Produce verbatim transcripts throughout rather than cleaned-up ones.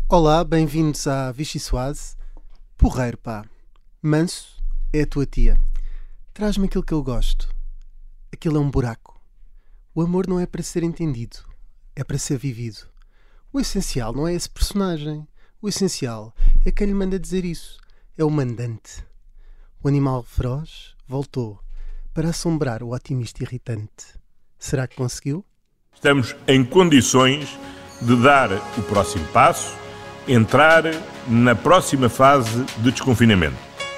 Olá, bem-vindos à Vichy Soase. Porreiro, pá. Manso é a tua tia. Traz-me aquilo que eu gosto. Aquilo é um buraco. O amor não é para ser entendido, é para ser vivido. O essencial não é esse personagem. O essencial é quem lhe manda dizer isso. É o mandante. O animal feroz voltou para assombrar o otimista irritante. Será que conseguiu? Estamos em condições de dar o próximo passo, entrar na próxima fase de desconfinamento.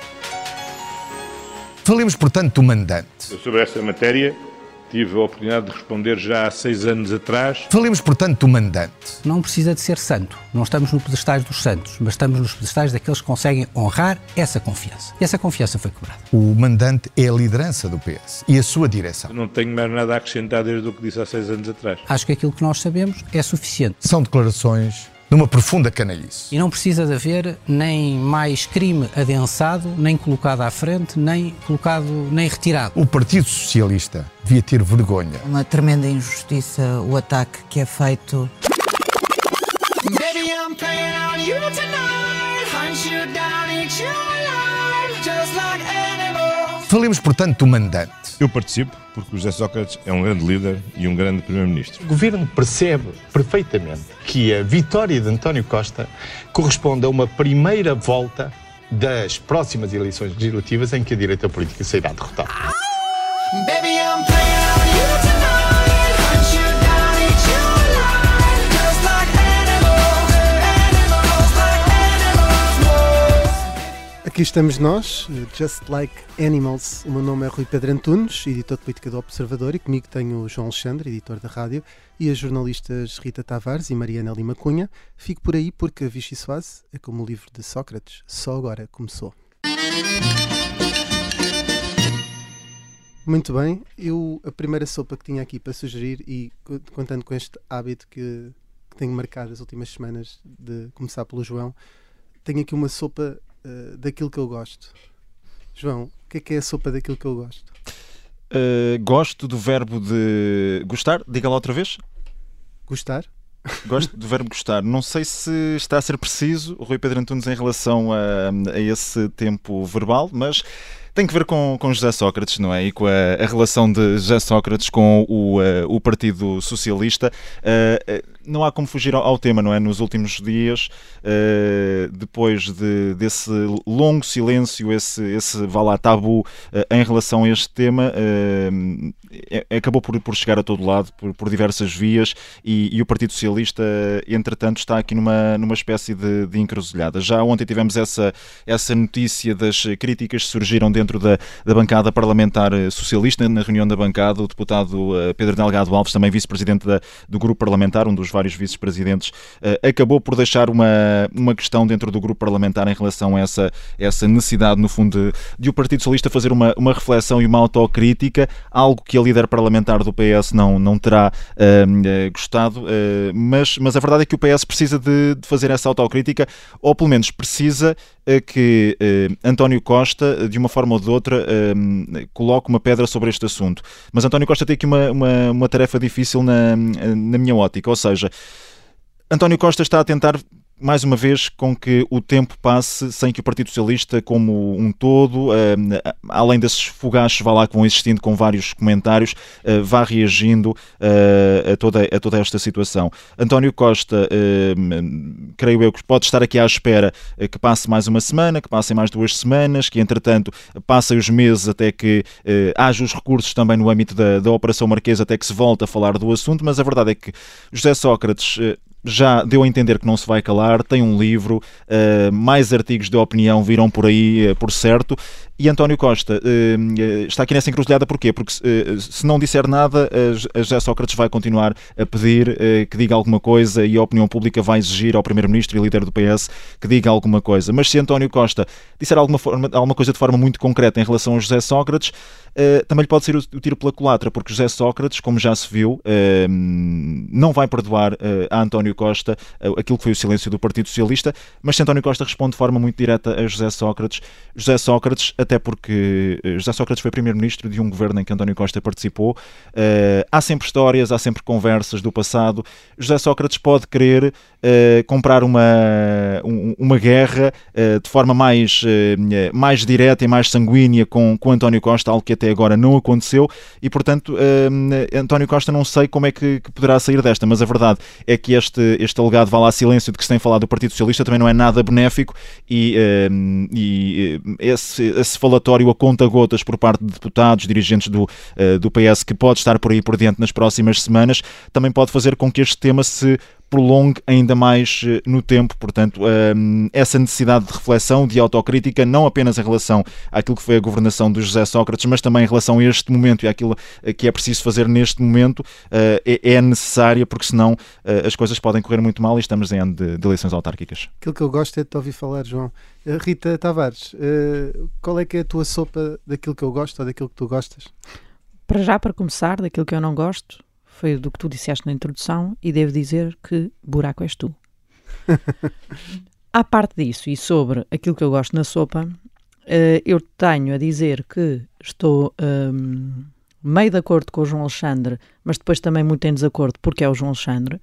Falemos, portanto, do mandante. Eu, sobre esta matéria, tive a oportunidade de responder já há seis anos atrás. Falemos, portanto, do mandante. Não precisa de ser santo. Não estamos no pedestais dos santos, mas estamos nos pedestais daqueles que conseguem honrar essa confiança. E essa confiança foi quebrada. O mandante é a liderança do P S e a sua direção. Eu não tenho mais nada a acrescentar desde o que disse há seis anos atrás. Acho que aquilo que nós sabemos é suficiente. São declarações de uma profunda canalice. E não precisa de haver nem mais crime adensado, nem colocado à frente, nem colocado, nem retirado. O Partido Socialista devia ter vergonha. Uma tremenda injustiça o ataque que é feito. Falemos, portanto, do mandante. Eu participo porque o José Sócrates é um grande líder e um grande primeiro-ministro. O governo percebe perfeitamente que a vitória de António Costa corresponde a uma primeira volta das próximas eleições legislativas em que a direita política sairá derrotada. Aqui estamos nós, Just Like Animals. O meu nome é Rui Pedro Antunes, editor de política do Observador, e comigo tenho o João Alexandre, editor da rádio, e as jornalistas Rita Tavares e Mariana Lima Cunha. Fico por aí porque a Vichy Soase é como o livro de Sócrates, só agora começou. Muito bem, eu a primeira sopa que tinha aqui para sugerir, e contando com este hábito que, que tenho marcado as últimas semanas de começar pelo João, tenho aqui uma sopa Uh, daquilo que eu gosto. João, o que é que é a sopa daquilo que eu gosto? Uh, gosto do verbo de gostar. Diga lá outra vez. Gostar? Gosto do verbo gostar. Não sei se está a ser preciso o Rui Pedro Antunes em relação a, a esse tempo verbal, mas tem que ver com, com José Sócrates, não é? E com a, a relação de José Sócrates com o, uh, o Partido Socialista. Uh, uh, não há como fugir ao, ao tema, não é? Nos últimos dias, uh, depois de, desse longo silêncio, esse, esse vá lá, tabu uh, em relação a este tema, uh, é, acabou por, por chegar a todo lado, por, por diversas vias, e, e o Partido Socialista, entretanto, está aqui numa, numa espécie de, de encruzilhada. Já ontem tivemos essa, essa notícia das críticas que surgiram dentro da, da bancada parlamentar socialista. Na reunião da bancada, o deputado uh, Pedro Delgado Alves, também vice-presidente da, do grupo parlamentar, um dos vários vice-presidentes, uh, acabou por deixar uma, uma questão dentro do grupo parlamentar em relação a essa, essa necessidade, no fundo, de, de o Partido Socialista fazer uma, uma reflexão e uma autocrítica, algo que a líder parlamentar do P S não, não terá uh, gostado, uh, mas, mas a verdade é que o P S precisa de, de fazer essa autocrítica, ou pelo menos precisa uh, que uh, António Costa, de uma forma ou de outra, uh, coloque uma pedra sobre este assunto. Mas António Costa tem aqui uma, uma, uma tarefa difícil na, na minha ótica, ou seja, António Costa está a tentar, mais uma vez, com que o tempo passe sem que o Partido Socialista, como um todo, uh, além desses fogachos vá lá que vão existindo com vários comentários, uh, vá reagindo uh, a, toda, a toda esta situação. António Costa, uh, creio eu que pode estar aqui à espera uh, que passe mais uma semana, que passem mais duas semanas, que entretanto passem os meses até que uh, haja os recursos também no âmbito da, da Operação Marquesa, até que se volte a falar do assunto, mas a verdade é que José Sócrates uh, já deu a entender que não se vai calar, tem um livro, uh, mais artigos de opinião virão por aí, uh, por certo, e António Costa uh, está aqui nessa encruzilhada. Porquê? Porque uh, se não disser nada, uh, José Sócrates vai continuar a pedir uh, que diga alguma coisa, e a opinião pública vai exigir ao Primeiro-Ministro e líder do P S que diga alguma coisa. Mas se António Costa disser alguma, forma, alguma coisa de forma muito concreta em relação a José Sócrates, uh, também lhe pode ser o, o tiro pela culatra, porque José Sócrates, como já se viu, uh, não vai perdoar uh, a António António Costa aquilo que foi o silêncio do Partido Socialista, mas se António Costa responde de forma muito direta a José Sócrates, José Sócrates, até porque José Sócrates foi primeiro-ministro de um governo em que António Costa participou, uh, há sempre histórias, há sempre conversas do passado. José Sócrates pode querer uh, comprar uma, um, uma guerra uh, de forma mais, uh, mais direta e mais sanguínea com, com António Costa, algo que até agora não aconteceu, e portanto uh, António Costa não sei como é que, que poderá sair desta, mas a verdade é que este, este alegado vá lá silêncio de que se tem falado do Partido Socialista também não é nada benéfico, e, uh, e esse, esse falatório a conta-gotas por parte de deputados, dirigentes do, uh, do P S, que pode estar por aí por diante nas próximas semanas, também pode fazer com que este tema se prolongue ainda mais no tempo. Portanto, essa necessidade de reflexão, de autocrítica, não apenas em relação àquilo que foi a governação do José Sócrates, mas também em relação a este momento e àquilo que é preciso fazer neste momento, é necessária, porque senão as coisas podem correr muito mal e estamos em ano de, de eleições autárquicas. Aquilo que eu gosto é de te ouvir falar, João. Rita Tavares, qual é que é a tua sopa daquilo que eu gosto ou daquilo que tu gostas? Para já, para começar, daquilo que eu não gosto, foi do que tu disseste na introdução, e devo dizer que buraco és tu. À parte disso, e sobre aquilo que eu gosto na sopa, eu tenho a dizer que estou um, meio de acordo com o João Alexandre, mas depois também muito em desacordo, porque é o João Alexandre,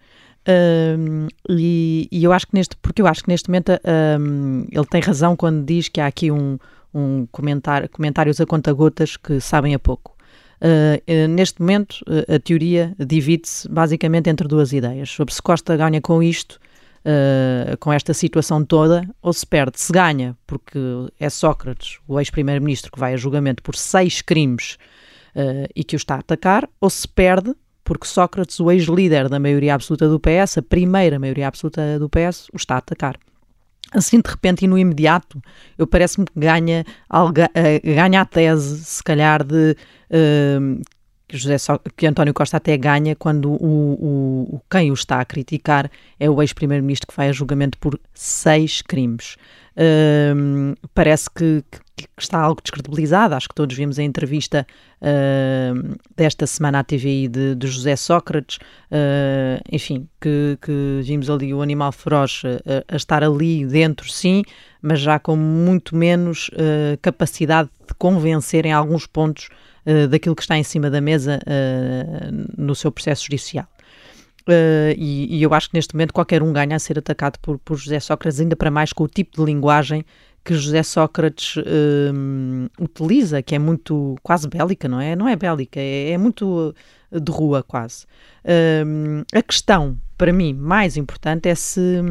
um, e, e eu acho que neste, porque eu acho que neste momento um, ele tem razão quando diz que há aqui um, um comentário, comentários a conta-gotas que sabem a pouco. Uh, uh, neste momento, uh, a teoria divide-se basicamente entre duas ideias, sobre se Costa ganha com isto, uh, com esta situação toda, ou se perde. Se ganha porque é Sócrates, o ex-primeiro-ministro, que vai a julgamento por seis crimes uh, e que o está a atacar, ou se perde porque Sócrates, o ex-líder da maioria absoluta do P S, a primeira maioria absoluta do P S, o está a atacar. Assim, de repente e no imediato, eu parece-me que ganha, ganha a tese, se calhar, de uh, que, José so- que António Costa até ganha quando o, o, quem o está a criticar é o ex-primeiro-ministro que vai a julgamento por seis crimes. Uh, parece que, que, que está algo descredibilizado. Acho que todos vimos a entrevista uh, desta semana à T V I de, de José Sócrates, uh, enfim, que, que vimos ali o animal feroz a, a estar ali dentro, sim, mas já com muito menos uh, capacidade de convencer em alguns pontos uh, daquilo que está em cima da mesa uh, no seu processo judicial. Uh, e, e eu acho que neste momento qualquer um ganha a ser atacado por, por José Sócrates, ainda para mais com o tipo de linguagem que José Sócrates uh, utiliza, que é muito quase bélica, não é? Não é bélica, é, é muito de rua quase. Uh, a questão, para mim, mais importante é se,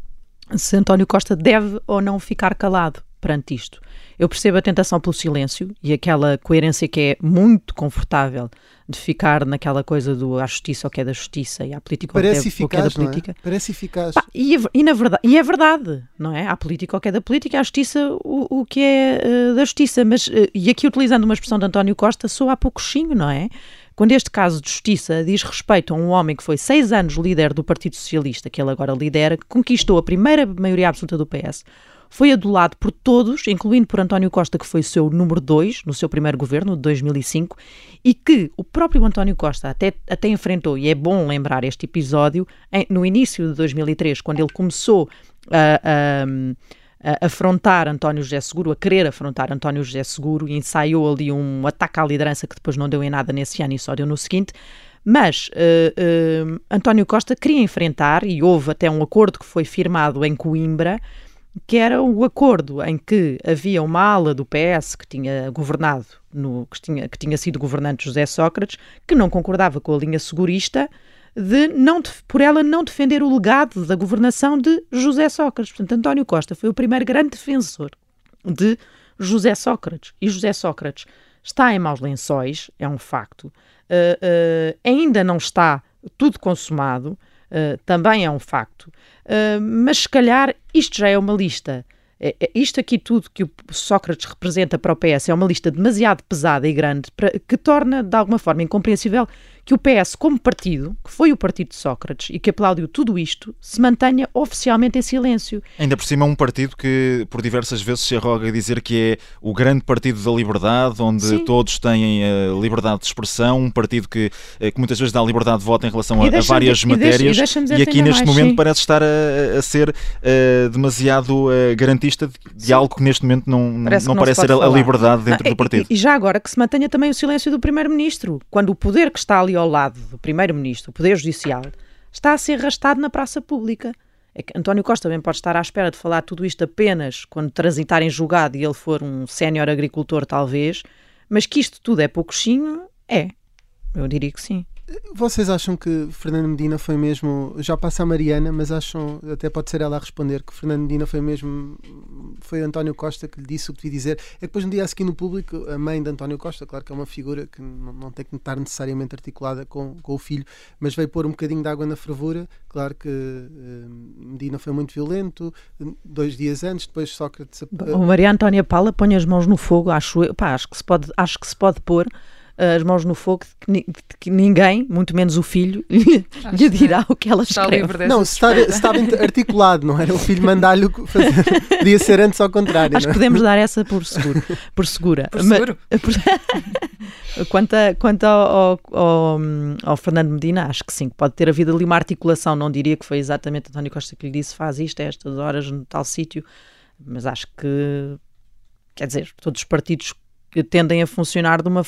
se António Costa deve ou não ficar calado perante isto. Eu percebo a tentação pelo silêncio e aquela coerência que é muito confortável de ficar naquela coisa do à justiça ou que é da justiça e à política Parece ou que é da política. É? Parece eficaz. Pá, e, e, na verdade, e é verdade, não é? À política ou que é da política, à justiça o, o que é uh, da justiça. Mas, uh, e aqui utilizando uma expressão de António Costa, soa há pouquinho, não é? Quando este caso de justiça diz respeito a um homem que foi seis anos líder do Partido Socialista, que ele agora lidera, que conquistou a primeira maioria absoluta do P S, foi adulado por todos, incluindo por António Costa, que foi o seu número dois no seu primeiro governo, de dois mil e cinco, e que o próprio António Costa até, até enfrentou, e é bom lembrar este episódio, em, no início de dois mil e três, quando ele começou a, a, a afrontar António José Seguro, a querer afrontar António José Seguro, e ensaiou ali um ataque à liderança que depois não deu em nada nesse ano e só deu no seguinte. Mas uh, uh, António Costa queria enfrentar, e houve até um acordo que foi firmado em Coimbra, que era o acordo em que havia uma ala do P S que tinha governado, no, que, tinha, que tinha sido governante José Sócrates, que não concordava com a linha segurista, de não, por ela não defender o legado da governação de José Sócrates. Portanto, António Costa foi o primeiro grande defensor de José Sócrates. E José Sócrates está em maus lençóis, é um facto. Uh, uh, ainda não está tudo consumado, uh, também é um facto. Uh, mas se calhar isto já é uma lista, é, é, isto aqui tudo que o Sócrates representa para o P S é uma lista demasiado pesada e grande para, que torna de alguma forma incompreensível que o P S, como partido, que foi o partido de Sócrates e que aplaudiu tudo isto, se mantenha oficialmente em silêncio. Ainda por cima é um partido que por diversas vezes se arroga a dizer que é o grande partido da liberdade, onde Sim. todos têm a liberdade de expressão, um partido que, que muitas vezes dá liberdade de voto em relação a, a várias de, matérias, e, deixa, e, e aqui neste mais, momento sim. parece estar a, a ser uh, demasiado uh, garantista de, de algo que neste momento não parece, não não parece ser a, a liberdade dentro não, do partido. E, e já agora que se mantenha também o silêncio do Primeiro-Ministro, quando o poder que está ali ao lado do Primeiro-Ministro, o Poder Judicial, está a ser arrastado na praça pública. É que António Costa também pode estar à espera de falar tudo isto apenas quando transitar em julgado e ele for um sénior agricultor, talvez, mas que isto tudo é pouquinho, é. Eu diria que sim. Vocês acham que Fernando Medina foi mesmo, já passa a Mariana, mas acham, até pode ser ela a responder, que Fernando Medina foi mesmo, foi António Costa que lhe disse o que devia dizer? É que depois no dia a seguir no público, a mãe de António Costa, claro que é uma figura que não, não tem que estar necessariamente articulada com, com o filho, mas veio pôr um bocadinho de água na fervura. Claro que uh, Medina foi muito violento, dois dias antes, depois Sócrates... Uh, o Maria Antónia Paula põe as mãos no fogo, acho eu, pá, acho que se pode, acho que se pode pôr as mãos no fogo de que, de que ninguém, muito menos o filho, lhe, lhe dirá o que ela escreve. Não, se estava, se estava articulado, não era o filho mandar-lhe fazer. Podia ser antes ao contrário. Acho não é? que podemos dar essa por seguro. Por segura. Por seguro? Mas, quanto a, quanto ao, ao, ao Fernando Medina, acho que sim, pode ter havido ali uma articulação. Não diria que foi exatamente António Costa que lhe disse faz isto a estas horas no tal sítio, mas acho que, quer dizer, todos os partidos que tendem a funcionar de uma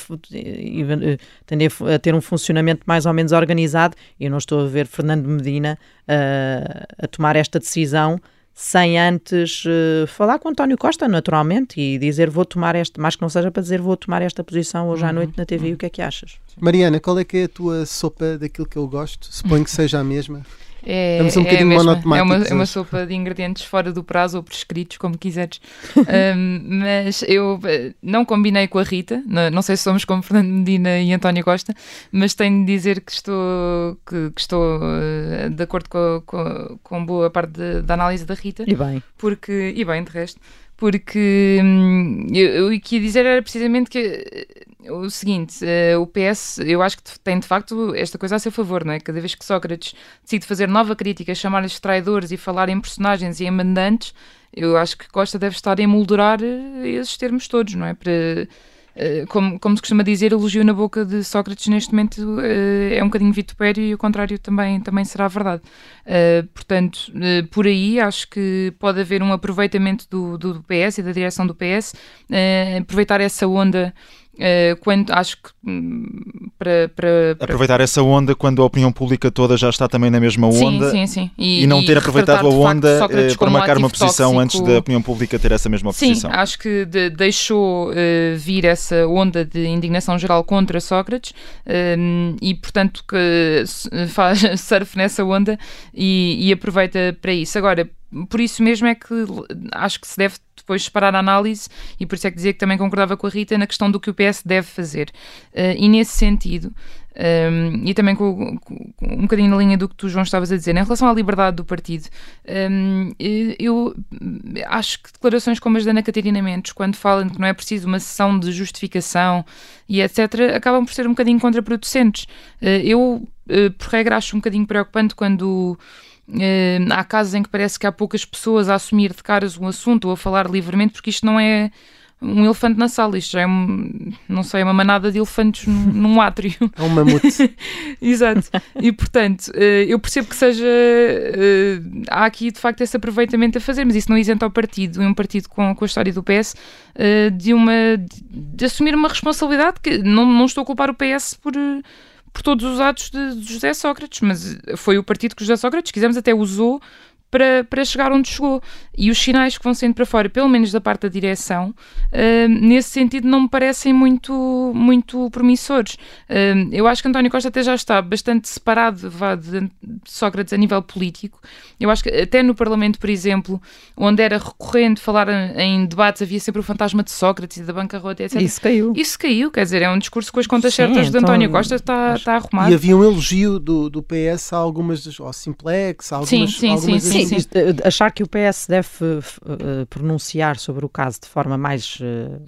tendem a ter um funcionamento mais ou menos organizado, e eu não estou a ver Fernando Medina uh, a tomar esta decisão sem antes uh, falar com António Costa, naturalmente, e dizer vou tomar esta, mais que não seja para dizer vou tomar esta posição hoje à noite na T V, o que é que achas? Mariana, qual é que é a tua sopa daquilo que eu gosto? Suponho que seja a mesma. É, Estamos um é, bocadinho mesma, monotemáticos. É uma, é uma hoje. sopa de ingredientes fora do prazo ou prescritos, como quiseres. um, mas eu não combinei com a Rita, não, não sei se somos como Fernando Medina e António Costa, mas tenho de dizer que estou, que, que estou uh, de acordo com, com, com boa parte de, da análise da Rita. E bem. Porque, e bem, de resto. Porque hum, eu, eu queria dizer era precisamente que o seguinte, uh, o P S, eu acho que tem de facto esta coisa a seu favor, não é? Cada vez que Sócrates decide fazer nova crítica, chamar-lhes traidores e falar em personagens e em mandantes, eu acho que Costa deve estar a emoldurar esses termos todos, não é? Para, uh, como, como se costuma dizer, elogio na boca de Sócrates neste momento uh, é um bocadinho vitupério e o contrário também, também será verdade. Uh, portanto, uh, por aí acho que pode haver um aproveitamento do, do, do P S e da direção do P S, uh, aproveitar essa onda. Uh, quando, acho que um, para, para, para... aproveitar essa onda quando a opinião pública toda já está também na mesma onda, sim, sim, sim. E, e não ter e aproveitado a onda uh, para marcar uma posição tóxico. Antes da opinião pública ter essa mesma posição. Sim, acho que de, deixou uh, vir essa onda de indignação geral contra Sócrates um, e portanto que faz surf nessa onda e, e aproveita para isso. Agora, por isso mesmo é que acho que se deve depois separar a análise, e por isso é que dizia que também concordava com a Rita na questão do que o P S deve fazer. Uh, e nesse sentido, um, e também com, com, um bocadinho na linha do que tu, João, estavas a dizer, em relação à liberdade do partido, um, eu acho que declarações como as da Ana Catarina Mendes, quando falam que não é preciso uma sessão de justificação e etcétera, acabam por ser um bocadinho contraproducentes. Uh, eu, uh, por regra, acho um bocadinho preocupante quando Uh, há casos em que parece que há poucas pessoas a assumir de caras um assunto ou a falar livremente, porque isto não é um elefante na sala, isto já é um, não sei, uma manada de elefantes num, num átrio. É um mamute. Exato. E portanto, uh, eu percebo que seja uh, há aqui de facto esse aproveitamento a fazer, mas isso não isenta ao partido, e um partido com, com a história do P S uh, de, uma, de, de assumir uma responsabilidade que não, não estou a culpar o P S por uh, por todos os atos de, de José Sócrates, mas foi o partido que José Sócrates, quisermos, até usou para, para chegar onde chegou. E os sinais que vão saindo para fora, pelo menos da parte da direção, uh, nesse sentido não me parecem muito, muito promissores. Uh, eu acho que António Costa até já está bastante separado vá, de Sócrates a nível político. Eu acho que até no Parlamento, por exemplo, onde era recorrente falar em debates, havia sempre o fantasma de Sócrates e da bancarrota, etcétera. Isso caiu. Isso caiu, quer dizer, é um discurso com as contas Sim, certas de então, António Costa, está, está arrumado. E havia um elogio do, do P S a algumas das, ao Simplex, a algumas, sim, sim, algumas sim, sim, Sim, achar que o P S deve uh, pronunciar sobre o caso de forma mais uh, uhum.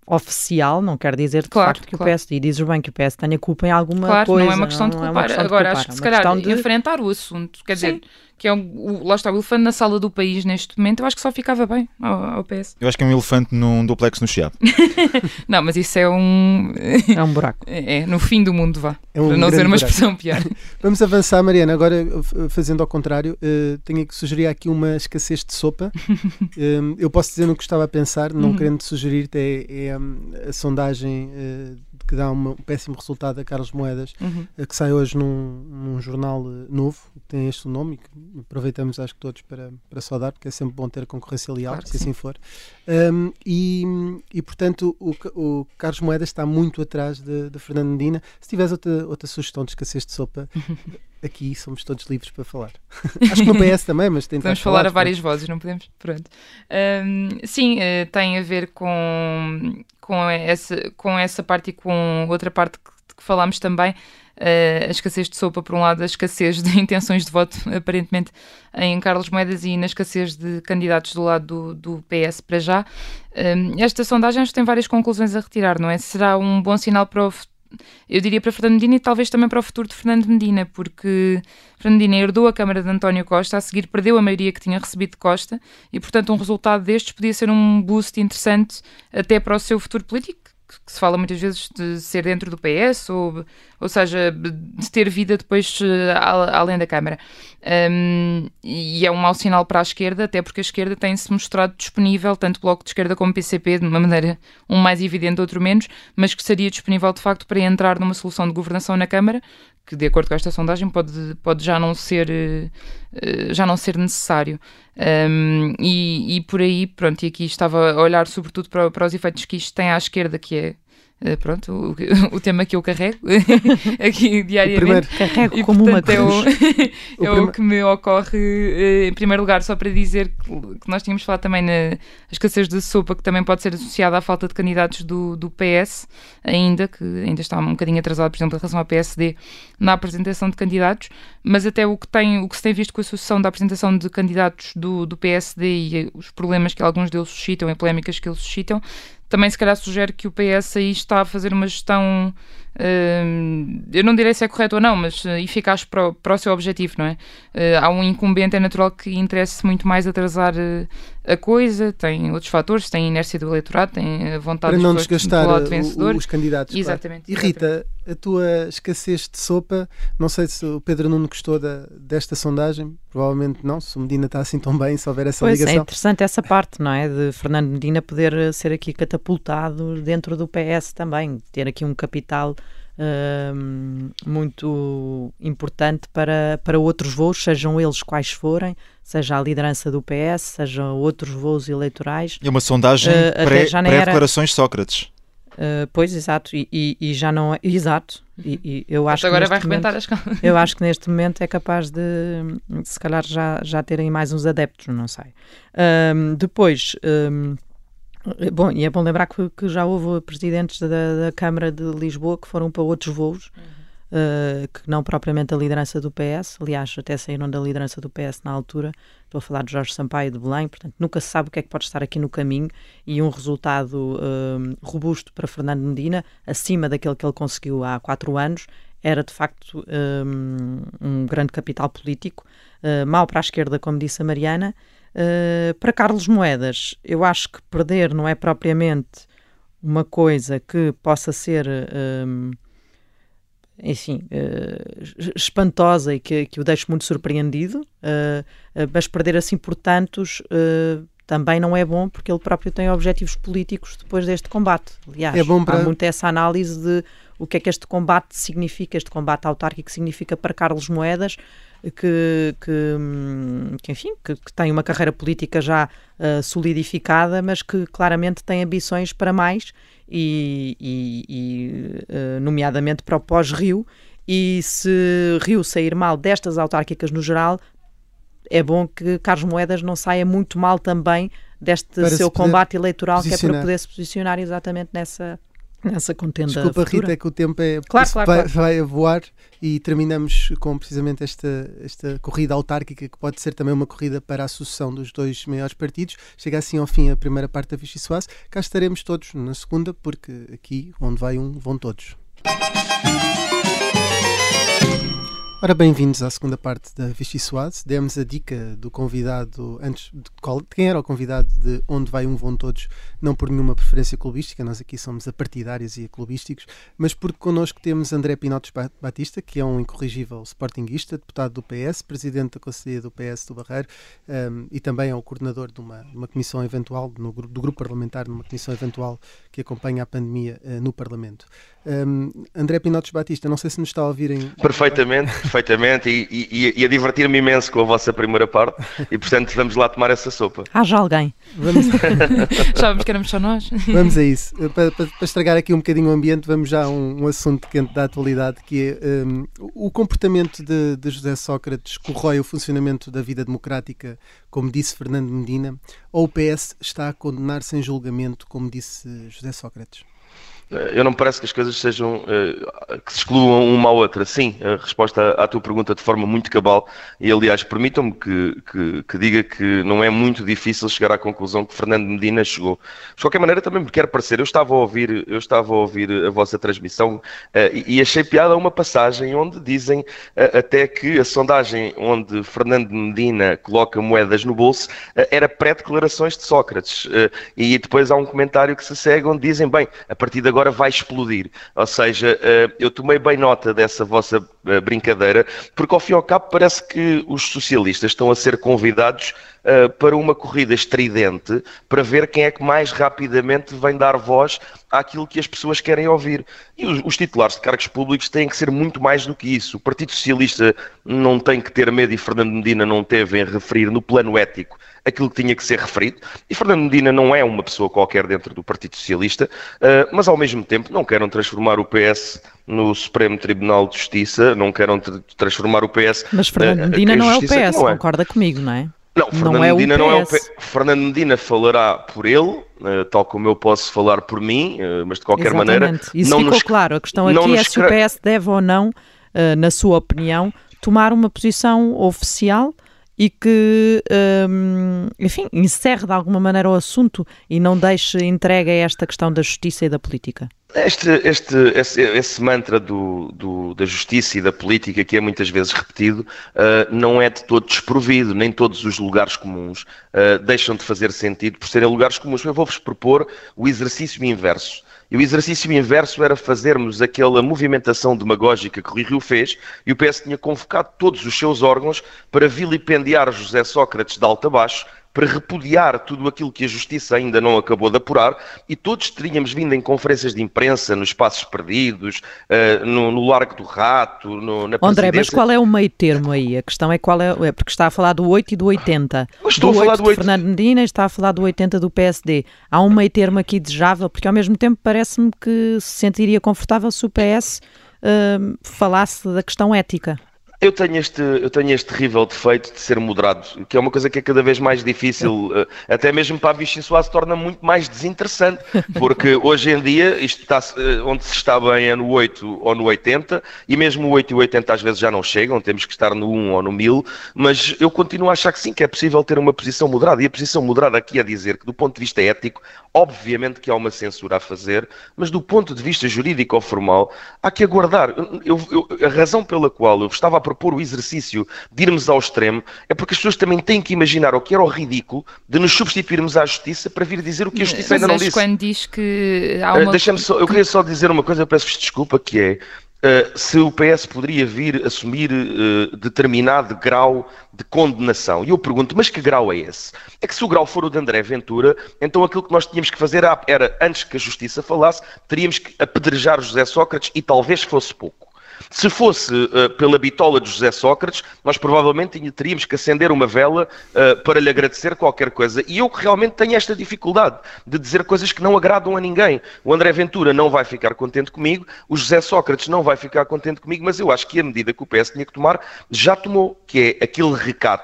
oficial, não quer dizer de claro, facto que claro. o P S, e dizes bem que o P S tenha culpa em alguma claro, coisa. Não é uma questão não, de culpar. Questão Agora, de culpar, acho que se calhar de... enfrentar o assunto, quer Sim. dizer, que é um, lá está o elefante na sala do país neste momento, eu acho que só ficava bem ao, ao P S. Eu acho que é um elefante num duplex no Chiado. Não, mas isso é um... É um buraco. É, no fim do mundo, vá. É um para não ser uma buraco. expressão pior. Vamos avançar, Mariana. Agora, fazendo ao contrário, uh, tenho que sugerir aqui uma escassez de sopa. um, eu posso dizer no que estava a pensar, não uhum. querendo sugerir-te, é, é um, a sondagem uh, que dá uma, um péssimo resultado a Carlos Moedas, uhum. uh, que sai hoje num, num jornal uh, novo, que tem este nome, e que aproveitamos, acho que todos, para, para saudar, porque é sempre bom ter concorrência leal, claro se assim sim. for. Um, e, e, portanto, o, o Carlos Moedas está muito atrás de, de Fernando Medina. Se tiveres outra, outra sugestão de escassez de sopa, aqui somos todos livres para falar. Acho que no P S também, mas tem Podemos falar a várias vozes, não podemos? Pronto. Um, sim, uh, tem a ver com, com, essa, com essa parte e com outra parte que, que falámos também. Uh, a escassez de sopa, por um lado, a escassez de intenções de voto, aparentemente, em Carlos Moedas, e na escassez de candidatos do lado do, do P S para já. Um, esta sondagem tem várias conclusões a retirar, não é? Será um bom sinal para o eu diria para Fernando Medina e talvez também para o futuro de Fernando Medina, porque Fernando Medina herdou a Câmara de António Costa, a seguir perdeu a maioria que tinha recebido de Costa e, portanto, um resultado destes podia ser um boost interessante até para o seu futuro político, que se fala muitas vezes de ser dentro do P S, ou, ou seja, de ter vida depois uh, além da Câmara. Um, e é um mau sinal para a esquerda, até porque a esquerda tem-se mostrado disponível, tanto Bloco de Esquerda como P C P, de uma maneira um mais evidente, outro menos, mas que estaria disponível de facto para entrar numa solução de governação na Câmara, que de acordo com esta sondagem pode, pode já não ser uh, já não ser necessário. Um, e, e por aí, pronto, e aqui estava a olhar sobretudo para, para os efeitos que isto tem à esquerda, que é Uh, pronto, o, o tema que eu carrego aqui diariamente. O carrego e, como portanto, uma cruz. É, o, é o, o que me ocorre uh, em primeiro lugar, só para dizer que, que nós tínhamos falado também na escassez de sopa, que também pode ser associada à falta de candidatos do, do P S, ainda, que ainda está um bocadinho atrasado, por exemplo, em relação ao P S D, na apresentação de candidatos, mas até o que, tem, o que se tem visto com a sucessão da apresentação de candidatos do, do P S D e os problemas que alguns deles suscitam e polémicas que eles suscitam, também se calhar sugere que o P S aí está a fazer uma gestão, uh, eu não direi se é correto ou não, mas uh, eficaz para o, para o seu objetivo, não é? Uh, há um incumbente, é natural que interesse muito mais atrasar uh, a coisa, tem outros fatores, tem a inércia do eleitorado, tem a vontade para não de desgastar do lado vencedor. os candidatos. Exatamente. Claro. E Rita, a tua escassez de sopa, não sei se o Pedro Nuno gostou da, desta sondagem, provavelmente não, se o Medina está assim tão bem, se houver essa pois ligação. É interessante essa parte, não é? De Fernando Medina poder ser aqui catapultado dentro do P S também, ter aqui um capital uh, muito importante para, para outros voos, sejam eles quais forem, seja a liderança do P S, sejam outros voos eleitorais. É uma sondagem uh, pré-declarações era... Sócrates. Uh, pois, exato, e, e, e já não é, exato, e, e eu acho agora que vai arrebentar as calças. Eu acho que neste momento é capaz de, de se calhar já, já terem mais uns adeptos, não sei. Um, depois, um, bom, e é bom lembrar que, que já houve presidentes da, da Câmara de Lisboa que foram para outros voos, uhum. uh, que não propriamente a liderança do P S, aliás, até saíram da liderança do P S na altura. Estou a falar de Jorge Sampaio de Belém, portanto nunca se sabe o que é que pode estar aqui no caminho, e um resultado um, robusto para Fernando Medina, acima daquele que ele conseguiu há quatro anos, era de facto um, um grande capital político, uh, mau para a esquerda, como disse a Mariana. Uh, para Carlos Moedas, eu acho que perder não é propriamente uma coisa que possa ser... Um, enfim, uh, espantosa e que, que o deixe muito surpreendido, uh, uh, mas perder assim por tantos uh, também não é bom, porque ele próprio tem objetivos políticos depois deste combate. Aliás, é bom para... há muito essa análise de o que é que este combate significa, este combate autárquico significa para Carlos Moedas, que, que, que enfim, que, que tem uma carreira política já uh, solidificada, mas que claramente tem ambições para mais, e, e, e uh, nomeadamente para o pós-Rio, e se Rio sair mal destas autárquicas no geral, é bom que Carlos Moedas não saia muito mal também deste para seu combate eleitoral, que é para poder se posicionar exatamente nessa, nessa contenda Desculpa, futura. Rita, é que o tempo é, Claro, claro, vai, claro. vai a voar e terminamos com precisamente esta, esta corrida autárquica, que pode ser também uma corrida para a sucessão dos dois maiores partidos. Chega assim ao fim a primeira parte da Vichy Soase. Cá estaremos todos na segunda, porque aqui, onde vai um, vão todos. Ora, bem-vindos à segunda parte da Vichy Soase. Demos a dica do convidado, antes de, qual, de quem era o convidado de Onde Vai Um Vão Todos, não por nenhuma preferência clubística, nós aqui somos apartidários e clubísticos, mas porque connosco temos André Pinotes Batista, que é um incorrigível sportinguista, deputado do P S, presidente da Conselhia do P S do Barreiro, um, e também é o coordenador de uma, uma comissão eventual, no, do grupo parlamentar, numa comissão eventual que acompanha a pandemia uh, no Parlamento. Um, André Pinotes Batista, não sei se nos está a ouvirem... Perfeitamente, perfeitamente, e, e, e a divertir-me imenso com a vossa primeira parte, e portanto vamos lá tomar essa sopa. Haja alguém. Vamos... Já vimos que éramos só nós. Vamos a isso. Para, para, para estragar aqui um bocadinho o ambiente, vamos já a um, um assunto quente da atualidade, que é um, o comportamento de, de José Sócrates corrói o funcionamento da vida democrática, como disse Fernando Medina, ou o P S está a condenar sem julgamento, como disse José Sócrates? Eu não me parece que as coisas sejam, uh, que se excluam uma à outra. Sim, a resposta à, à tua pergunta de forma muito cabal, e aliás, permitam-me que, que, que diga que não é muito difícil chegar à conclusão que Fernando Medina chegou. De qualquer maneira, também me quero parecer, eu estava a ouvir, eu estava a, ouvir a vossa transmissão uh, e, e achei piada uma passagem onde dizem uh, até que a sondagem onde Fernando Medina coloca moedas no bolso uh, era pré-declarações de Sócrates. Uh, e depois há um comentário que se segue onde dizem, bem, a partir de agora agora vai explodir. Ou seja, eu tomei bem nota dessa vossa brincadeira, porque ao fim e ao cabo parece que os socialistas estão a ser convidados para uma corrida estridente para ver quem é que mais rapidamente vem dar voz àquilo que as pessoas querem ouvir. E os, os titulares de cargos públicos têm que ser muito mais do que isso. O Partido Socialista não tem que ter medo, e Fernando Medina não teve em referir no plano ético aquilo que tinha que ser referido, e Fernando Medina não é uma pessoa qualquer dentro do Partido Socialista, uh, mas ao mesmo tempo não queiram transformar o P S no Supremo Tribunal de Justiça, não queiram tra- transformar o P S... Mas Fernando uh, Medina não é o P S, não é. Concorda comigo, não é? Não, Fernando não é Medina o não é o P S. Fernando Medina falará por ele, uh, tal como eu posso falar por mim, uh, mas de qualquer Exatamente. maneira... Isso não ficou nos... claro. A questão aqui é se o P S deve ou não, uh, na sua opinião, tomar uma posição oficial e que, um, enfim, encerre de alguma maneira o assunto e não deixe entregue a esta questão da justiça e da política. Este, este, esse, esse mantra do, do, da justiça e da política, que é muitas vezes repetido, uh, não é de todo desprovido. Nem todos os lugares comuns uh, deixam de fazer sentido por serem lugares comuns. Eu vou-vos propor o exercício inverso. E o exercício inverso era fazermos aquela movimentação demagógica que o Rui Rio fez, e o P S tinha convocado todos os seus órgãos para vilipendiar José Sócrates de alto a baixo, para repudiar tudo aquilo que a Justiça ainda não acabou de apurar, e todos teríamos vindo em conferências de imprensa, nos Passos Perdidos, uh, no, no Largo do Rato, no, na André, presidência. mas qual é o meio termo aí? A questão é qual é, é porque está a falar do oito e do oitenta. Eu estou do a falar oito do oito de Fernando Medina e está a falar do oitenta do P S D. Há um meio termo aqui desejável, porque ao mesmo tempo parece-me que se sentiria confortável se o P S uh, falasse da questão ética. Eu tenho, este, eu tenho este terrível defeito de ser moderado, que é uma coisa que é cada vez mais difícil, até mesmo para a Vichy Soase se torna muito mais desinteressante, porque hoje em dia isto está, onde se está bem é no oito ou no oitenta, e mesmo o oito e o oitenta às vezes já não chegam, temos que estar no um ou no mil, mas eu continuo a achar que sim, que é possível ter uma posição moderada, e a posição moderada aqui é dizer que do ponto de vista ético, obviamente que há uma censura a fazer, mas do ponto de vista jurídico ou formal, há que aguardar. Eu, eu, a razão pela qual eu estava a propor o exercício de irmos ao extremo é porque as pessoas também têm que imaginar o que era o ridículo de nos substituirmos à Justiça para vir dizer o que a Justiça mas ainda não disse. quando diz que há uma... Uh, deixa-me só, eu queria só dizer uma coisa, eu peço-vos desculpa, que é Uh, se o P S poderia vir assumir uh, determinado grau de condenação. E eu pergunto, mas que grau é esse? É que se o grau for o de André Ventura, então aquilo que nós tínhamos que fazer era, antes que a Justiça falasse, teríamos que apedrejar José Sócrates, e talvez fosse pouco. Se fosse uh, pela bitola de José Sócrates, nós provavelmente teríamos que acender uma vela uh, para lhe agradecer qualquer coisa. E eu realmente tenho esta dificuldade de dizer coisas que não agradam a ninguém. O André Ventura não vai ficar contente comigo, o José Sócrates não vai ficar contente comigo, mas eu acho que a medida que o P S tinha que tomar, já tomou, que é aquele recato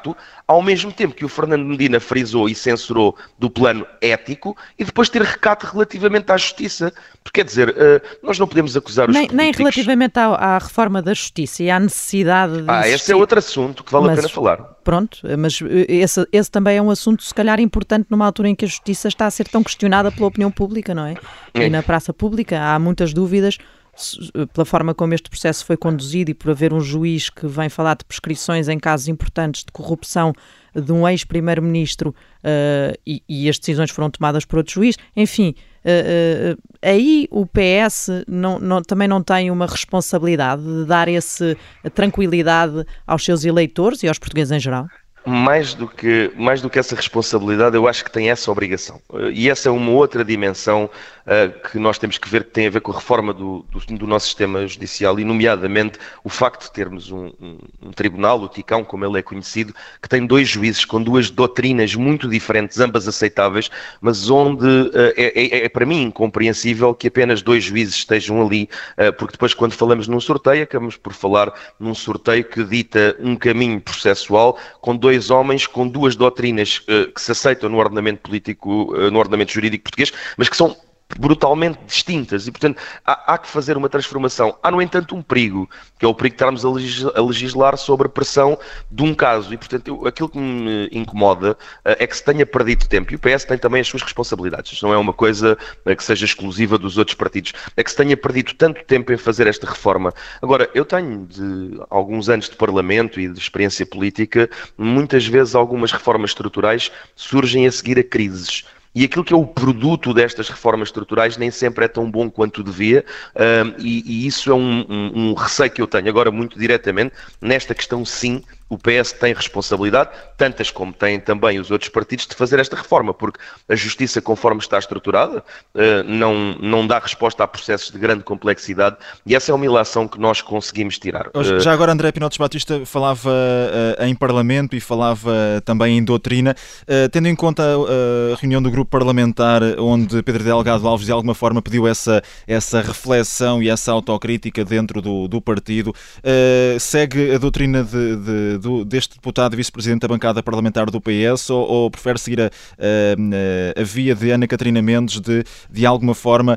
ao mesmo tempo que o Fernando Medina frisou e censurou do plano ético, e depois ter recato relativamente à justiça. Porque, quer dizer, nós não podemos acusar os nem, políticos... Nem relativamente à, à reforma da justiça e à necessidade de... Ah, existir... esse é outro assunto que vale mas, a pena falar. Pronto, mas esse, esse também é um assunto, se calhar, importante numa altura em que a justiça está a ser tão questionada pela opinião pública, não é? É. E na praça pública há muitas dúvidas pela forma como este processo foi conduzido e por haver um juiz que vem falar de prescrições em casos importantes de corrupção de um ex-primeiro-ministro uh, e, e as decisões foram tomadas por outro juiz. Enfim, uh, uh, aí o P S não, não, também não tem uma responsabilidade de dar essa tranquilidade aos seus eleitores e aos portugueses em geral? Mais do que, mais do que essa responsabilidade, eu acho que tem essa obrigação. E essa é uma outra dimensão uh, que nós temos que ver, que tem a ver com a reforma do, do, do nosso sistema judicial, e nomeadamente o facto de termos um, um, um tribunal, o TICÃO, como ele é conhecido, que tem dois juízes com duas doutrinas muito diferentes, ambas aceitáveis, mas onde uh, é, é, é para mim incompreensível que apenas dois juízes estejam ali, uh, porque depois quando falamos num sorteio, acabamos por falar num sorteio que dita um caminho processual com dois homens com duas doutrinas uh, que se aceitam no ordenamento político, uh, no ordenamento jurídico português, mas que são brutalmente distintas, e portanto há, há que fazer uma transformação. Há, no entanto, um perigo, que é o perigo de estarmos a, legis a legislar sobre a pressão de um caso, e portanto eu, aquilo que me incomoda uh, é que se tenha perdido tempo, e o P S tem também as suas responsabilidades. Isto não é uma coisa uh, que seja exclusiva dos outros partidos, é que se tenha perdido tanto tempo em fazer esta reforma. Agora, eu tenho de alguns anos de Parlamento e de experiência política, muitas vezes algumas reformas estruturais surgem a seguir a crises. E aquilo que é o produto destas reformas estruturais nem sempre é tão bom quanto devia, um, e, e isso é um, um, um receio que eu tenho. Agora, muito diretamente, nesta questão, sim, o P S tem responsabilidade, tantas como têm também os outros partidos, de fazer esta reforma, porque a justiça, conforme está estruturada, uh, não, não dá resposta a processos de grande complexidade, e essa é uma ilação que nós conseguimos tirar. Uh... Já agora, André Pinotes Batista falava uh, em Parlamento e falava também em doutrina, uh, tendo em conta a, a reunião do grupo parlamentar onde Pedro Delgado Alves de alguma forma pediu essa, essa reflexão e essa autocrítica dentro do, do partido, uh, segue a doutrina de, de Do, deste deputado e vice-presidente da bancada parlamentar do P S, ou, ou prefere seguir a, a, a via de Ana Catarina Mendes de, de alguma forma,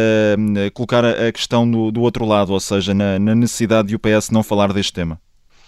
a, colocar a questão do, do outro lado, ou seja, na, na necessidade de o P S não falar deste tema?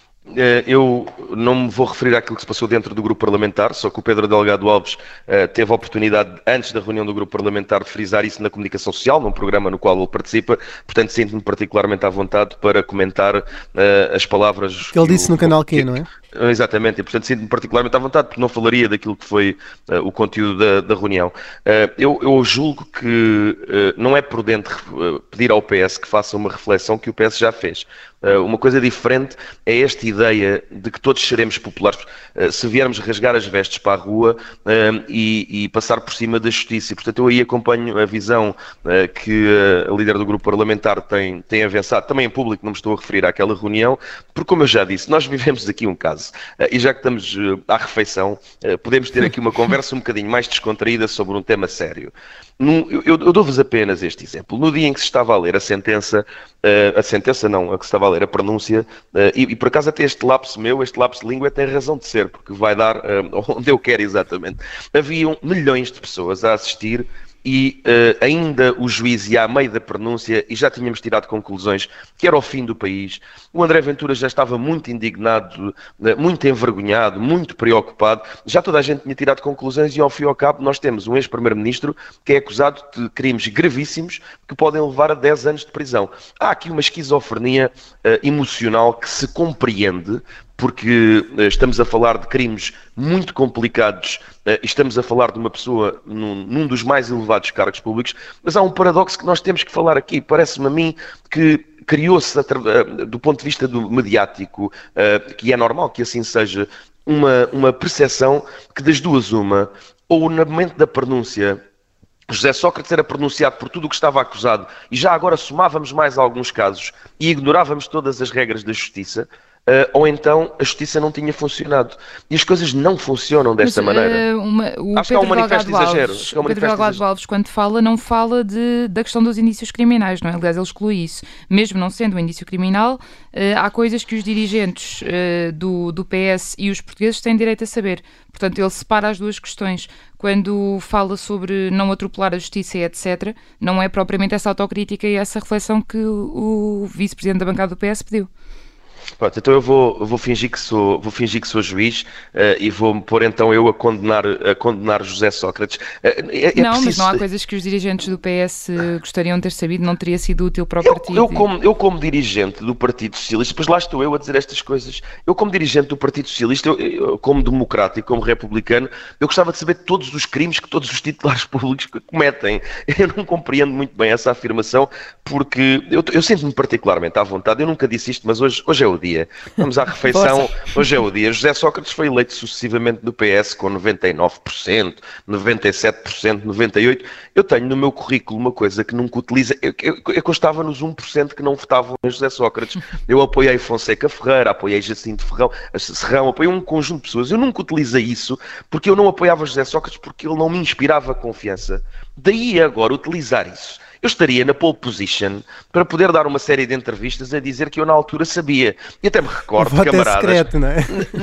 Eu não me vou referir àquilo que se passou dentro do grupo parlamentar, só que o Pedro Delgado Alves uh, teve a oportunidade, antes da reunião do grupo parlamentar, de frisar isso na comunicação social, num programa no qual ele participa, portanto sinto-me particularmente à vontade para comentar uh, as palavras... Que ele disse o, no canal Q, não é? Exatamente, e portanto sinto-me particularmente à vontade, porque não falaria daquilo que foi uh, o conteúdo da, da reunião. Uh, eu, eu julgo que uh, não é prudente uh, pedir ao P S que faça uma reflexão que o P S já fez. Uh, uma coisa diferente é esta ideia de que todos seremos populares. Uh, se viermos rasgar as vestes para a rua uh, e, e passar por cima da justiça. E, portanto, eu aí acompanho a visão uh, que uh, a líder do grupo parlamentar tem, tem avançado, também em público, não me estou a referir àquela reunião, porque, como eu já disse, nós vivemos aqui um caso. Uh, e já que estamos uh, à refeição, uh, podemos ter aqui uma conversa um bocadinho mais descontraída sobre um tema sério. Num, eu, eu dou-vos apenas este exemplo. No dia em que se estava a ler a sentença, uh, a sentença não, a que se estava a ler a pronúncia, uh, e, e por acaso até este lapso meu, este lapso de língua tem razão de ser, porque vai dar uh, onde eu quero exatamente. Haviam milhões de pessoas a assistir e uh, ainda o juiz ia a meio da pronúncia e já tínhamos tirado conclusões que era o fim do país. O André Ventura já estava muito indignado, uh, muito envergonhado, muito preocupado. Já toda a gente tinha tirado conclusões e, ao fim e ao cabo, nós temos um ex-primeiro-ministro que é acusado de crimes gravíssimos que podem levar a dez anos de prisão. Há aqui uma esquizofrenia uh, emocional que se compreende, porque estamos a falar de crimes muito complicados, estamos a falar de uma pessoa num, num dos mais elevados cargos públicos, mas há um paradoxo que nós temos que falar aqui. Parece-me a mim que criou-se, do ponto de vista do mediático, que é normal que assim seja, uma, uma percepção que das duas uma, ou no momento da pronúncia, José Sócrates era pronunciado por tudo o que estava acusado e já agora somávamos mais alguns casos e ignorávamos todas as regras da justiça, Uh, ou então a justiça não tinha funcionado. E as coisas não funcionam desta Mas, maneira. Uh, uma, o Acho que é um manifesto de exagero. Alves, o Pedro Delgado Alves, quando fala, não fala de, da questão dos indícios criminais, não é? Aliás, ele exclui isso. Mesmo não sendo um indício criminal, uh, há coisas que os dirigentes uh, do, do P S e os portugueses têm direito a saber. Portanto, ele separa as duas questões. Quando fala sobre não atropelar a justiça e etcétera, não é propriamente essa autocrítica e essa reflexão que o, o vice-presidente da bancada do P S pediu. Pronto, então eu vou, eu vou fingir que sou, vou fingir que sou juiz uh, e vou pôr então eu a condenar, a condenar José Sócrates. Uh, é, é não, preciso... mas não há coisas que os dirigentes do P S gostariam de ter sabido, não teria sido útil para o eu, partido. Eu como, eu como dirigente do Partido Socialista, pois lá estou eu a dizer estas coisas, eu como dirigente do Partido Socialista, eu, eu, como democrata e como republicano, eu gostava de saber todos os crimes que todos os titulares públicos cometem. Eu não compreendo muito bem essa afirmação, porque eu, eu sinto-me particularmente à vontade, eu nunca disse isto, mas hoje, hoje é o dia. Vamos à refeição, hoje é o dia. José Sócrates foi eleito sucessivamente do P S com noventa e nove por cento, noventa e sete por cento, noventa e oito por cento. Eu tenho no meu currículo uma coisa que nunca utiliza, eu, eu, eu constava nos um por cento que não votavam em José Sócrates. Eu apoiei Fonseca Ferreira, apoiei Jacinto Ferrão, Serrão, apoiei um conjunto de pessoas. Eu nunca utilizei isso porque eu não apoiava José Sócrates porque ele não me inspirava confiança. Daí agora utilizar isso. Eu estaria na pole position para poder dar uma série de entrevistas a dizer que eu na altura sabia. E até me recordo, o camaradas... É secreto, não é?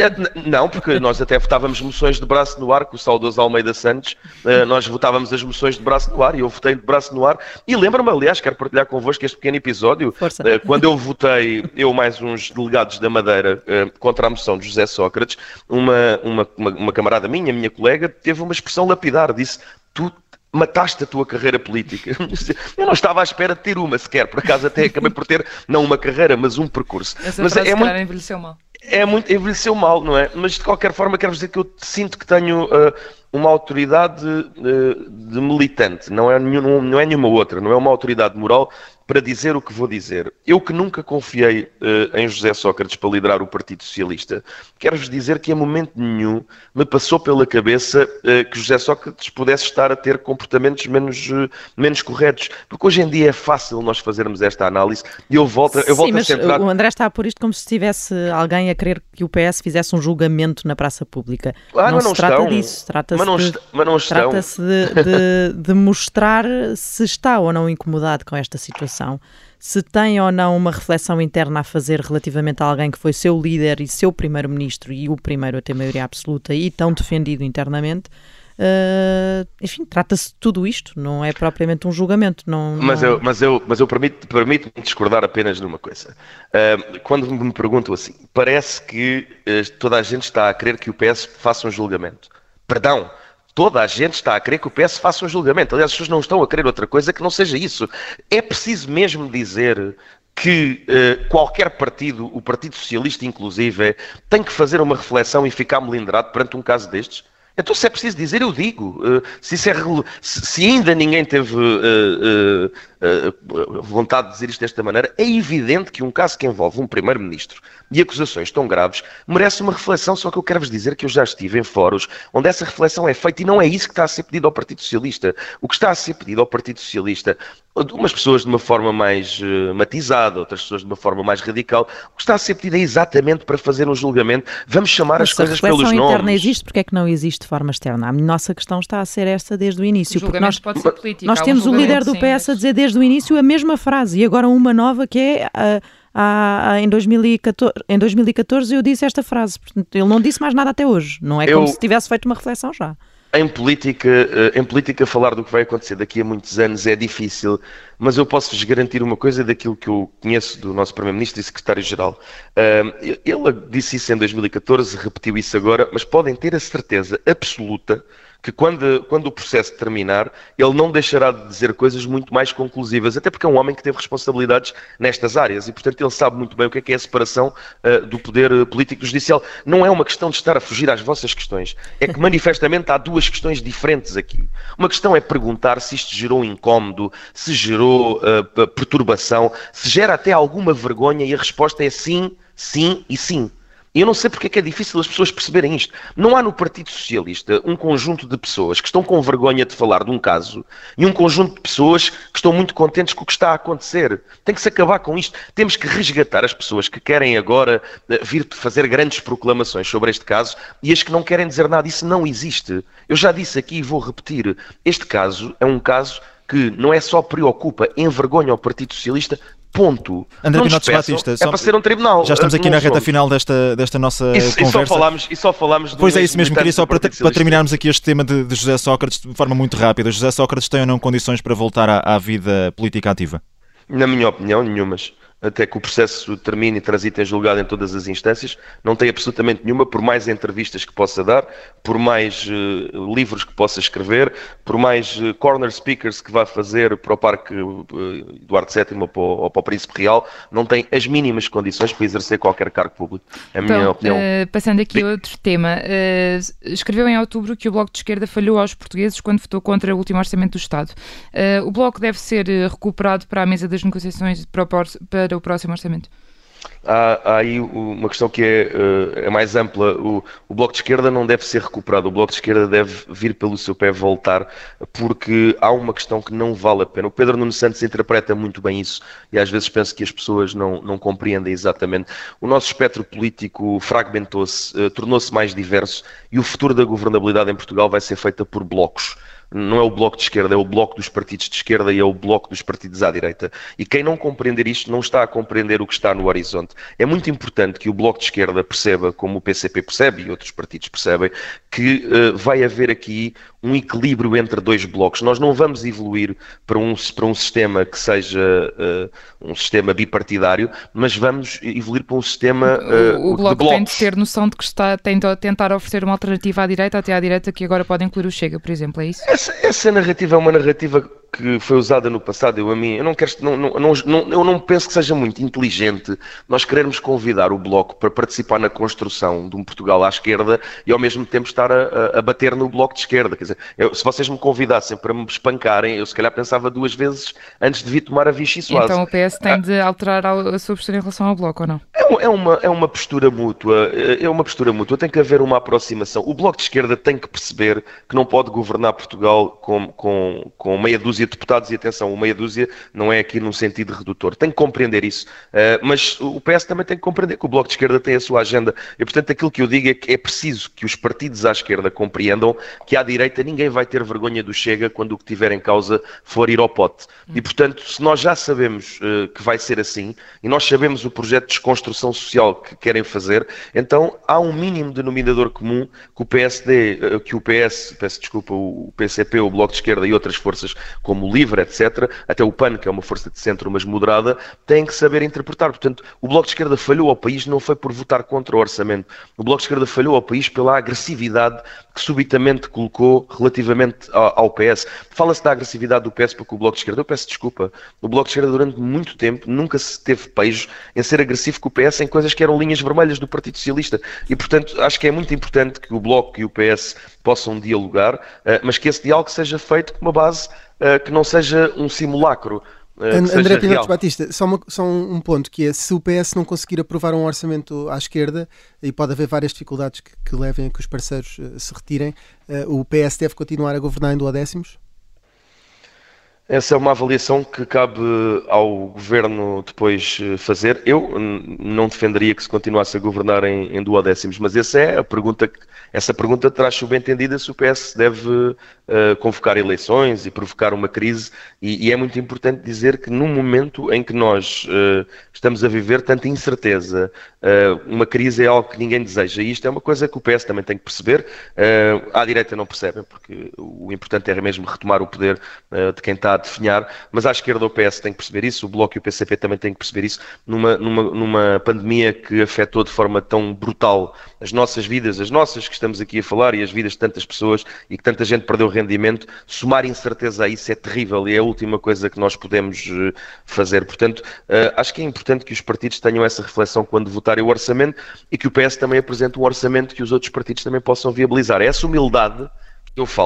Não, porque nós até votávamos moções de braço no ar com o saudoso Almeida Santos. Uh, nós votávamos as moções de braço no ar e eu votei de braço no ar. E lembro-me, aliás, quero partilhar convosco este pequeno episódio. Uh, quando eu votei, eu mais uns delegados da Madeira, uh, contra a moção de José Sócrates, uma, uma, uma, uma camarada minha, minha colega, teve uma expressão lapidar. Disse, tu mataste a tua carreira política. Eu não estava à espera de ter uma sequer, por acaso até acabei por ter, não uma carreira, mas um percurso. Essa mas frase é muito, envelheceu mal. É muito, envelheceu mal, não é? Mas de qualquer forma quero dizer que eu sinto que tenho uh, uma autoridade uh, de militante, não é, nenhum, não é nenhuma outra, não é uma autoridade moral para dizer o que vou dizer. Eu que nunca confiei uh, em José Sócrates para liderar o Partido Socialista, quero-vos dizer que em momento nenhum me passou pela cabeça uh, que José Sócrates pudesse estar a ter comportamentos menos, uh, menos corretos, porque hoje em dia é fácil nós fazermos esta análise e eu volto, eu volto Sim, a mas centrar... o André está a pôr isto como se tivesse alguém a querer que o P S fizesse um julgamento na praça pública. Ah, não não se trata estão. disso, trata-se mas não de, est- mas não estão. trata-se de, de, de mostrar se está ou não incomodado com esta situação, se tem ou não uma reflexão interna a fazer relativamente a alguém que foi seu líder e seu primeiro-ministro e o primeiro a ter maioria absoluta e tão defendido internamente. Uh, enfim, trata-se de tudo isto, não é propriamente um julgamento. Não, mas, não... eu, mas eu, mas eu permito, permito-me discordar apenas numa coisa. Uh, quando me perguntam assim, parece que uh, toda a gente está a querer que o P S faça um julgamento. Perdão, toda a gente está a querer que o P S faça um julgamento. Aliás, as pessoas não estão a querer outra coisa que não seja isso. É preciso mesmo dizer que uh, qualquer partido, o Partido Socialista inclusive, tem que fazer uma reflexão e ficar melindrado perante um caso destes? Então, se é preciso dizer, eu digo. Uh, se, isso é, se, se ainda ninguém teve uh, uh, uh, vontade de dizer isto desta maneira, é evidente que um caso que envolve um primeiro-ministro e acusações tão graves merece uma reflexão, só que eu quero-vos dizer que eu já estive em fóruns onde essa reflexão é feita e não é isso que está a ser pedido ao Partido Socialista. O que está a ser pedido ao Partido Socialista, umas pessoas de uma forma mais uh, matizada, outras pessoas de uma forma mais radical, o que está a ser pedido é exatamente para fazer um julgamento. Vamos chamar Mas as coisas pelos nomes. Se a reflexão interna existe, porque é que não existe de forma externa? A nossa questão está a ser esta desde o início. O porque nós, pode ser político, nós um temos o líder do sim, P S mas... a dizer desde o início a mesma frase e agora uma nova que é... Uh, Ah, ah, em, dois mil e catorze, em dois mil e catorze eu disse esta frase, portanto, ele não disse mais nada até hoje, não é eu, como se tivesse feito uma reflexão já. Em política, em política falar do que vai acontecer daqui a muitos anos é difícil, mas eu posso-vos garantir uma coisa daquilo que eu conheço do nosso Primeiro-Ministro e Secretário-Geral. Ele disse isso em dois mil e catorze, repetiu isso agora, mas podem ter a certeza absoluta que quando, quando o processo terminar, ele não deixará de dizer coisas muito mais conclusivas, até porque é um homem que teve responsabilidades nestas áreas e, portanto, ele sabe muito bem o que é que é a separação uh, do poder político e judicial. Não é uma questão de estar a fugir às vossas questões, é que manifestamente há duas questões diferentes aqui. Uma questão é perguntar se isto gerou incómodo, se gerou uh, perturbação, se gera até alguma vergonha e a resposta é sim, sim e sim. E eu não sei porque é que é difícil as pessoas perceberem isto. Não há no Partido Socialista um conjunto de pessoas que estão com vergonha de falar de um caso e um conjunto de pessoas que estão muito contentes com o que está a acontecer. Tem que se acabar com isto. Temos que resgatar as pessoas que querem agora vir fazer grandes proclamações sobre este caso e as que não querem dizer nada. Isso não existe. Eu já disse aqui e vou repetir. Este caso é um caso que não é só preocupa, envergonha o Partido Socialista, ponto. André Pinotes Batista, é só... para ser um tribunal. Já estamos aqui não na reta somos. final desta, desta nossa isso, conversa. E só falámos, e só falámos Pois é, isso mesmo. Queria só para, para terminarmos aqui este tema de, de José Sócrates de forma muito rápida. José Sócrates tem ou não condições para voltar à, à vida política ativa? Na minha opinião, nenhumas. Até que o processo termine e transite em julgado em todas as instâncias, não tem absolutamente nenhuma, por mais entrevistas que possa dar, por mais uh, livros que possa escrever, por mais uh, corner speakers que vá fazer para o Parque uh, Eduardo sétimo ou para, o, ou para o Príncipe Real, não tem as mínimas condições para exercer qualquer cargo público. É a minha então, opinião. Uh, passando aqui a outro tema, uh, escreveu em outubro que o Bloco de Esquerda falhou aos portugueses quando votou contra o último orçamento do Estado. Uh, o Bloco deve ser recuperado para a mesa das negociações para o, para o próximo orçamento? Há, há aí uma questão que é, é mais ampla. O, o Bloco de Esquerda não deve ser recuperado. O Bloco de Esquerda deve vir pelo seu pé voltar, porque há uma questão que não vale a pena. O Pedro Nuno Santos interpreta muito bem isso e às vezes penso que as pessoas não, não compreendem exatamente. O nosso espectro político fragmentou-se, tornou-se mais diverso e o futuro da governabilidade em Portugal vai ser feita por blocos. Não é o Bloco de Esquerda, é o Bloco dos partidos de esquerda e é o Bloco dos partidos à direita. E quem não compreender isto não está a compreender o que está no horizonte. É muito importante que o Bloco de Esquerda perceba, como o P C P percebe e outros partidos percebem, que uh, vai haver aqui um equilíbrio entre dois blocos. Nós não vamos evoluir para um, para um sistema que seja uh, um sistema bipartidário, mas vamos evoluir para um sistema uh, o, o Bloco de blocos. Tem de ter noção de que está tem de tentar oferecer uma alternativa à direita, até à direita, que agora pode incluir o Chega, por exemplo, é isso? Essa, essa narrativa é uma narrativa que foi usada no passado. Eu a mim, eu não quero, não, não, não, eu não penso que seja muito inteligente nós querermos convidar o Bloco para participar na construção de um Portugal à esquerda e ao mesmo tempo estar a, a, a bater no Bloco de Esquerda. Quer dizer, eu, se vocês me convidassem para me espancarem, eu se calhar pensava duas vezes antes de vir tomar a Vichy Soase. Então o P S tem de alterar a sua postura em relação ao Bloco, ou não? É, é, uma, é uma postura mútua, é uma postura mútua, tem que haver uma aproximação. O Bloco de Esquerda tem que perceber que não pode governar Portugal com, com, com meia dúzia de deputados, e atenção, uma meia dúzia não é aqui num sentido redutor, tem que compreender isso, uh, mas o P S também tem que compreender que o Bloco de Esquerda tem a sua agenda, e portanto aquilo que eu digo é que é preciso que os partidos à esquerda compreendam que à direita ninguém vai ter vergonha do Chega quando o que tiver em causa for ir ao pote, e portanto se nós já sabemos uh, que vai ser assim, e nós sabemos o projeto de desconstrução social que querem fazer, então há um mínimo denominador comum que o P S D, uh, que o P S, peço desculpa, o P C P, o Bloco de Esquerda e outras forças como o LIVRE, etcétera, até o P A N, que é uma força de centro, mas moderada, têm que saber interpretar. Portanto, o Bloco de Esquerda falhou ao país não foi por votar contra o orçamento. O Bloco de Esquerda falhou ao país pela agressividade que subitamente colocou relativamente ao, ao P S. Fala-se da agressividade do P S porque o Bloco de Esquerda, eu peço desculpa, o Bloco de Esquerda durante muito tempo nunca se teve pejo em ser agressivo com o P S em coisas que eram linhas vermelhas do Partido Socialista. E, portanto, acho que é muito importante que o Bloco e o P S possam dialogar, mas que esse diálogo seja feito com uma base Uh, que não seja um simulacro. Uh, André Pinotes Batista, só, uma, só um ponto, que é, se o P S não conseguir aprovar um orçamento à esquerda, e pode haver várias dificuldades que, que levem a que os parceiros uh, se retirem, uh, o P S deve continuar a governar em duodécimos? Essa é uma avaliação que cabe ao Governo depois fazer. Eu não defenderia que se continuasse a governar em, em duodécimos, mas essa é a pergunta, essa pergunta traz subentendida se o P S deve uh, convocar eleições e provocar uma crise, e, e é muito importante dizer que num momento em que nós uh, estamos a viver tanta incerteza, uh, uma crise é algo que ninguém deseja, e isto é uma coisa que o P S também tem que perceber. Uh, à direita não percebem, porque o importante é mesmo retomar o poder uh, de quem está a definhar, mas à esquerda o P S tem que perceber isso, o Bloco e o P C P também têm que perceber isso, numa, numa, numa pandemia que afetou de forma tão brutal as nossas vidas, as nossas que estamos aqui a falar, e as vidas de tantas pessoas, e que tanta gente perdeu rendimento. Somar incerteza a isso é terrível, e é a última coisa que nós podemos uh, fazer. Portanto, uh, acho que é importante que os partidos tenham essa reflexão quando votarem o orçamento, e que o P S também apresente um orçamento que os outros partidos também possam viabilizar. É essa humildade que eu falo.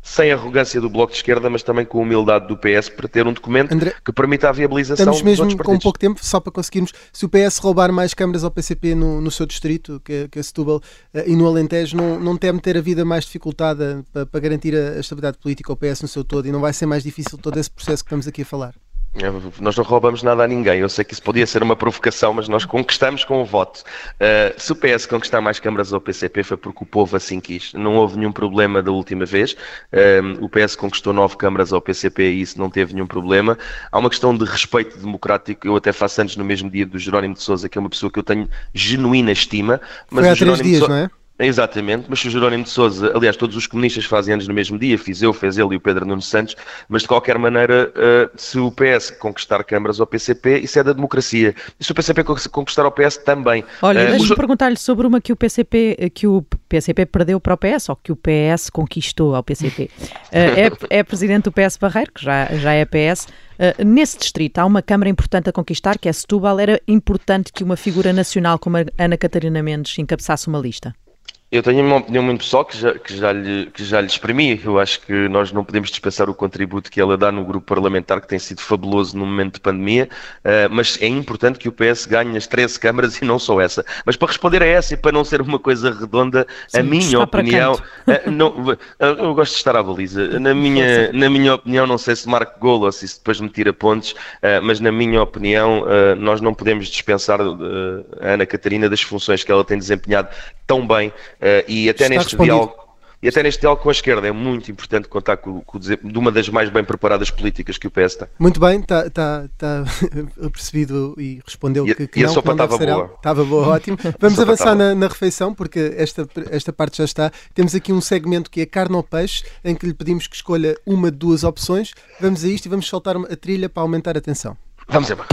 sem arrogância do Bloco de Esquerda, mas também com a humildade do P S para ter um documento André, que permita a viabilização estamos dos mesmo outros com partidos. pouco tempo, só para conseguirmos, se o P S roubar mais câmaras ao P C P no, no seu distrito, que, que é Setúbal, uh, e no Alentejo, não, não teme ter a vida mais dificultada para, para garantir a, a estabilidade política ao P S no seu todo, e não vai ser mais difícil todo esse processo que estamos aqui a falar? Nós não roubamos nada a ninguém. Eu sei que isso podia ser uma provocação, mas nós conquistamos com o voto. Uh, se o P S conquistar mais câmaras ao P C P foi porque o povo assim quis. Não houve nenhum problema da última vez. Uh, o P S conquistou nove câmaras ao P C P e isso não teve nenhum problema. Há uma questão de respeito democrático. Eu até faço anos no mesmo dia do Jerónimo de Sousa, que é uma pessoa que eu tenho genuína estima. Mas foi há o três Jerónimo dias, de Sousa... não é? Exatamente, mas se o Jerónimo de Sousa, aliás, todos os comunistas fazem anos no mesmo dia, fiz eu, fez ele e o Pedro Nuno Santos, mas de qualquer maneira, uh, se o P S conquistar câmaras ao P C P, isso é da democracia. E se o P C P conquistar ao P S, também. Olha, uh, deixa-me os... perguntar-lhe sobre uma que o P C P, que o P C P perdeu para o P S, ou que o P S conquistou ao P C P. Uh, é, é presidente do P S Barreiro, que já, já é P S. Uh, nesse distrito há uma câmara importante a conquistar, que é Setúbal. Era importante que uma figura nacional como a Ana Catarina Mendes encabeçasse uma lista? Eu tenho uma opinião muito pessoal que já, que, já lhe, que já lhe exprimi. Eu acho que nós não podemos dispensar o contributo que ela dá no grupo parlamentar, que tem sido fabuloso no momento de pandemia, uh, mas é importante que o P S ganhe as treze câmaras e não só essa. Mas para responder a essa e para não ser uma coisa redonda, Sim, a minha opinião... Uh, não, uh, eu gosto de estar à baliza. Na minha, na minha opinião, não sei se marco golo ou se isso depois me tira pontos, uh, mas na minha opinião, uh, nós não podemos dispensar uh, a Ana Catarina das funções que ela tem desempenhado tão bem. Uh, e até Está neste respondido. diálogo e até neste diálogo com a esquerda é muito importante contar com, com de uma das mais bem preparadas políticas que o P S tem. Muito bem, está tá, tá percebido e respondeu e, que, que e não, a sopa que não estava boa. Ela. Estava boa, ótimo. Vamos avançar na, na refeição, porque esta, esta parte já está. Temos aqui um segmento que é carne ou peixe, em que lhe pedimos que escolha uma de duas opções. Vamos a isto e vamos soltar a trilha para aumentar a tensão. Vamos embora.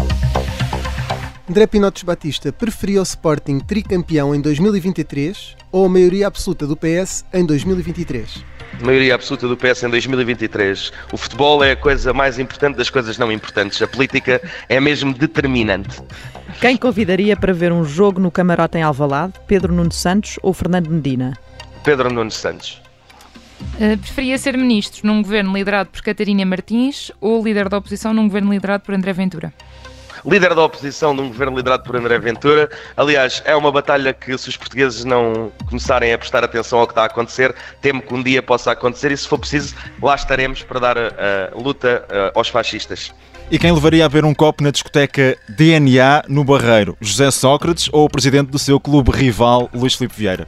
André Pinotes Batista preferia o Sporting tricampeão em dois mil e vinte e três ou a maioria absoluta do P S em dois mil e vinte e três? Maioria absoluta do P S em dois mil e vinte e três. O futebol é a coisa mais importante das coisas não importantes. A política é mesmo determinante. Quem convidaria para ver um jogo no camarote em Alvalade? Pedro Nuno Santos ou Fernando Medina? Pedro Nuno Santos. Uh, preferia ser ministro num governo liderado por Catarina Martins ou líder da oposição num governo liderado por André Ventura? Líder da oposição de um governo liderado por André Ventura. Aliás, é uma batalha que, se os portugueses não começarem a prestar atenção ao que está a acontecer, temo que um dia possa acontecer e, se for preciso, lá estaremos para dar a, a luta a, aos fascistas. E quem levaria a beber um copo na discoteca D N A no Barreiro? José Sócrates ou o presidente do seu clube rival, Luís Filipe Vieira?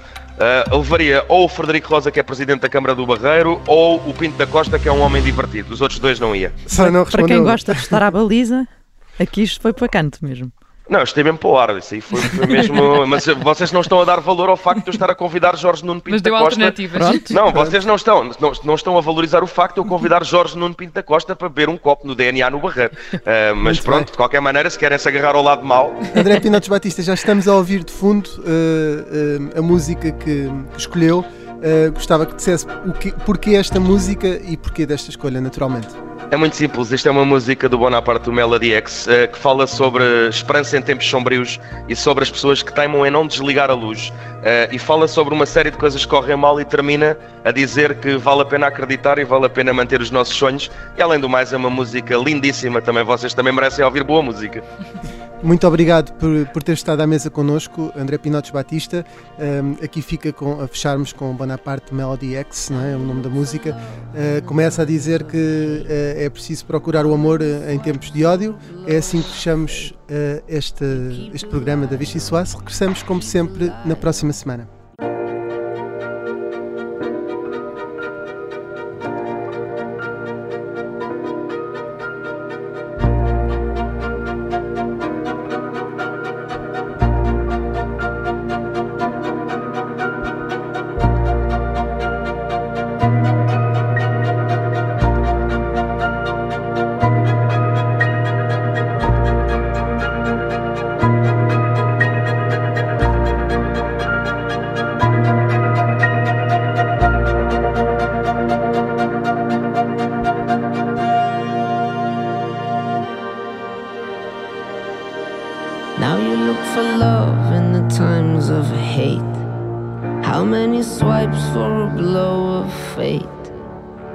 Uh, levaria ou o Frederico Rosa, que é presidente da Câmara do Barreiro, ou o Pinto da Costa, que é um homem divertido. Os outros dois não ia. Só não para quem gosta de estar à baliza, aqui isto foi para canto mesmo. Não, isto é mesmo para o ar, isso aí foi, foi mesmo... Mas vocês não estão a dar valor ao facto de eu estar a convidar Jorge Nuno Pinto Mas da deu Costa... alternativas. Não, vocês não estão, não, não estão a valorizar o facto de eu convidar Jorge Nuno Pinto da Costa para beber um copo no D N A no Barreiro. Uh, mas Muito pronto, bem. de qualquer maneira, se querem se agarrar ao lado mau... André Pinotes Batista, já estamos a ouvir de fundo uh, uh, a música que, que escolheu. Uh, gostava que dissesse o que, porquê esta música e porquê desta escolha, naturalmente. É muito simples, isto é uma música do Bonaparte do Melody X, uh, que fala sobre esperança em tempos sombrios e sobre as pessoas que teimam em não desligar a luz. Uh, e fala sobre uma série de coisas que correm mal e termina a dizer que vale a pena acreditar e vale a pena manter os nossos sonhos. E além do mais é uma música lindíssima, também vocês também merecem ouvir boa música. Muito obrigado por, por ter estado à mesa connosco, André Pinotes Batista. Um, aqui fica com, a fecharmos com Bonaparte Melody X, não é? É o nome da música. Uh, começa a dizer que uh, é preciso procurar o amor uh, em tempos de ódio. É assim que fechamos uh, este, este programa da Vichy Soase. Regressamos, como sempre, na próxima semana.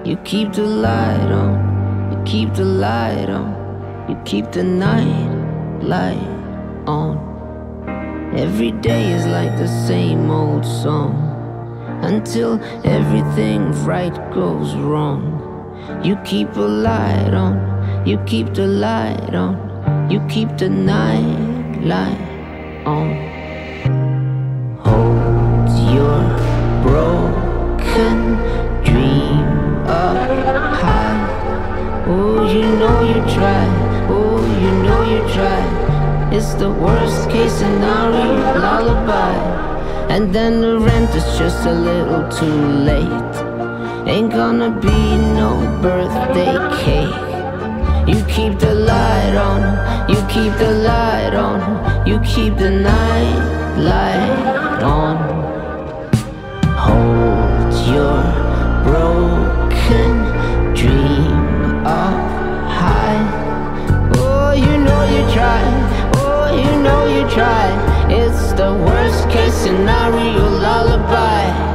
You keep the light on, you keep the light on, you keep the night light on. Every day is like the same old song, until everything right goes wrong. You keep a light on, you keep the light on, you keep the night light on. Hold your broken dream up high. Oh, you know you tried, oh, you know you tried. It's the worst case scenario, lullaby. And then the rent is just a little too late. Ain't gonna be no birthday cake. You keep the light on, you keep the light on, you keep the night light on. Hold your broken dream up high. Oh, you know you tried, oh, you know you tried. It's the worst case scenario, lullaby.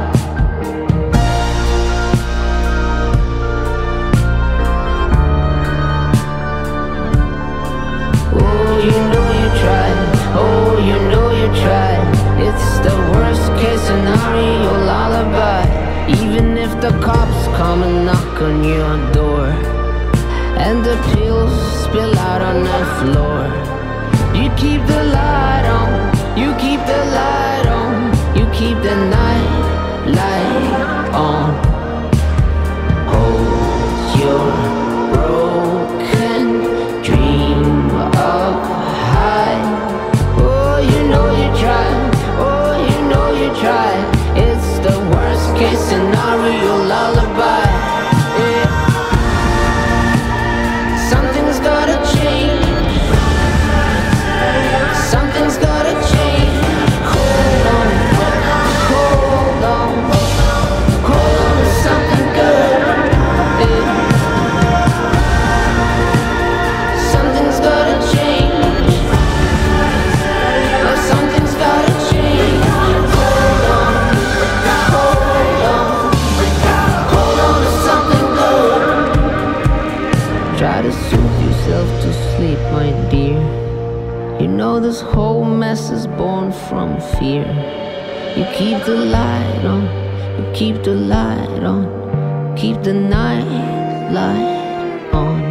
You know you tried, oh, you know you tried. It's the worst case scenario, lullaby. Even if the cops come and knock on your door, and the pills spill out on the floor, you keep the light on, you keep the light on, you keep the night light on. Hold your broken dream up high. Oh, you know you tried, oh, you know you tried. It's the worst case scenario, lullaby. Yeah. Something's gotta change, something's gotta change. Hold on, hold on, hold on to something good. Yeah. Something's gotta change, oh, something's gotta change. Hold on, hold on, hold on to something good. Try to soothe yourself to sleep, my dear. You know this whole mess is born from fear. You keep the light on, you keep the light on, keep the night light on.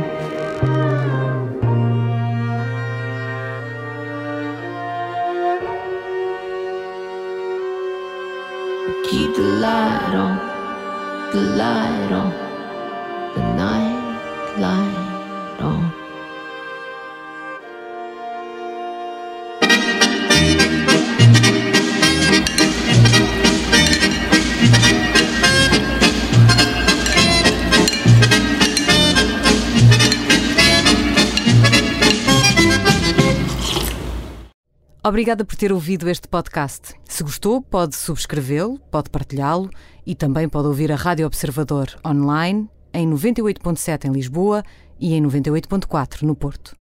Keep the light on, the light on, the night light on. Obrigada por ter ouvido este podcast. Se gostou, pode subscrevê-lo, pode partilhá-lo e também pode ouvir a Rádio Observador online em noventa e oito ponto sete em Lisboa e em noventa e oito ponto quatro no Porto.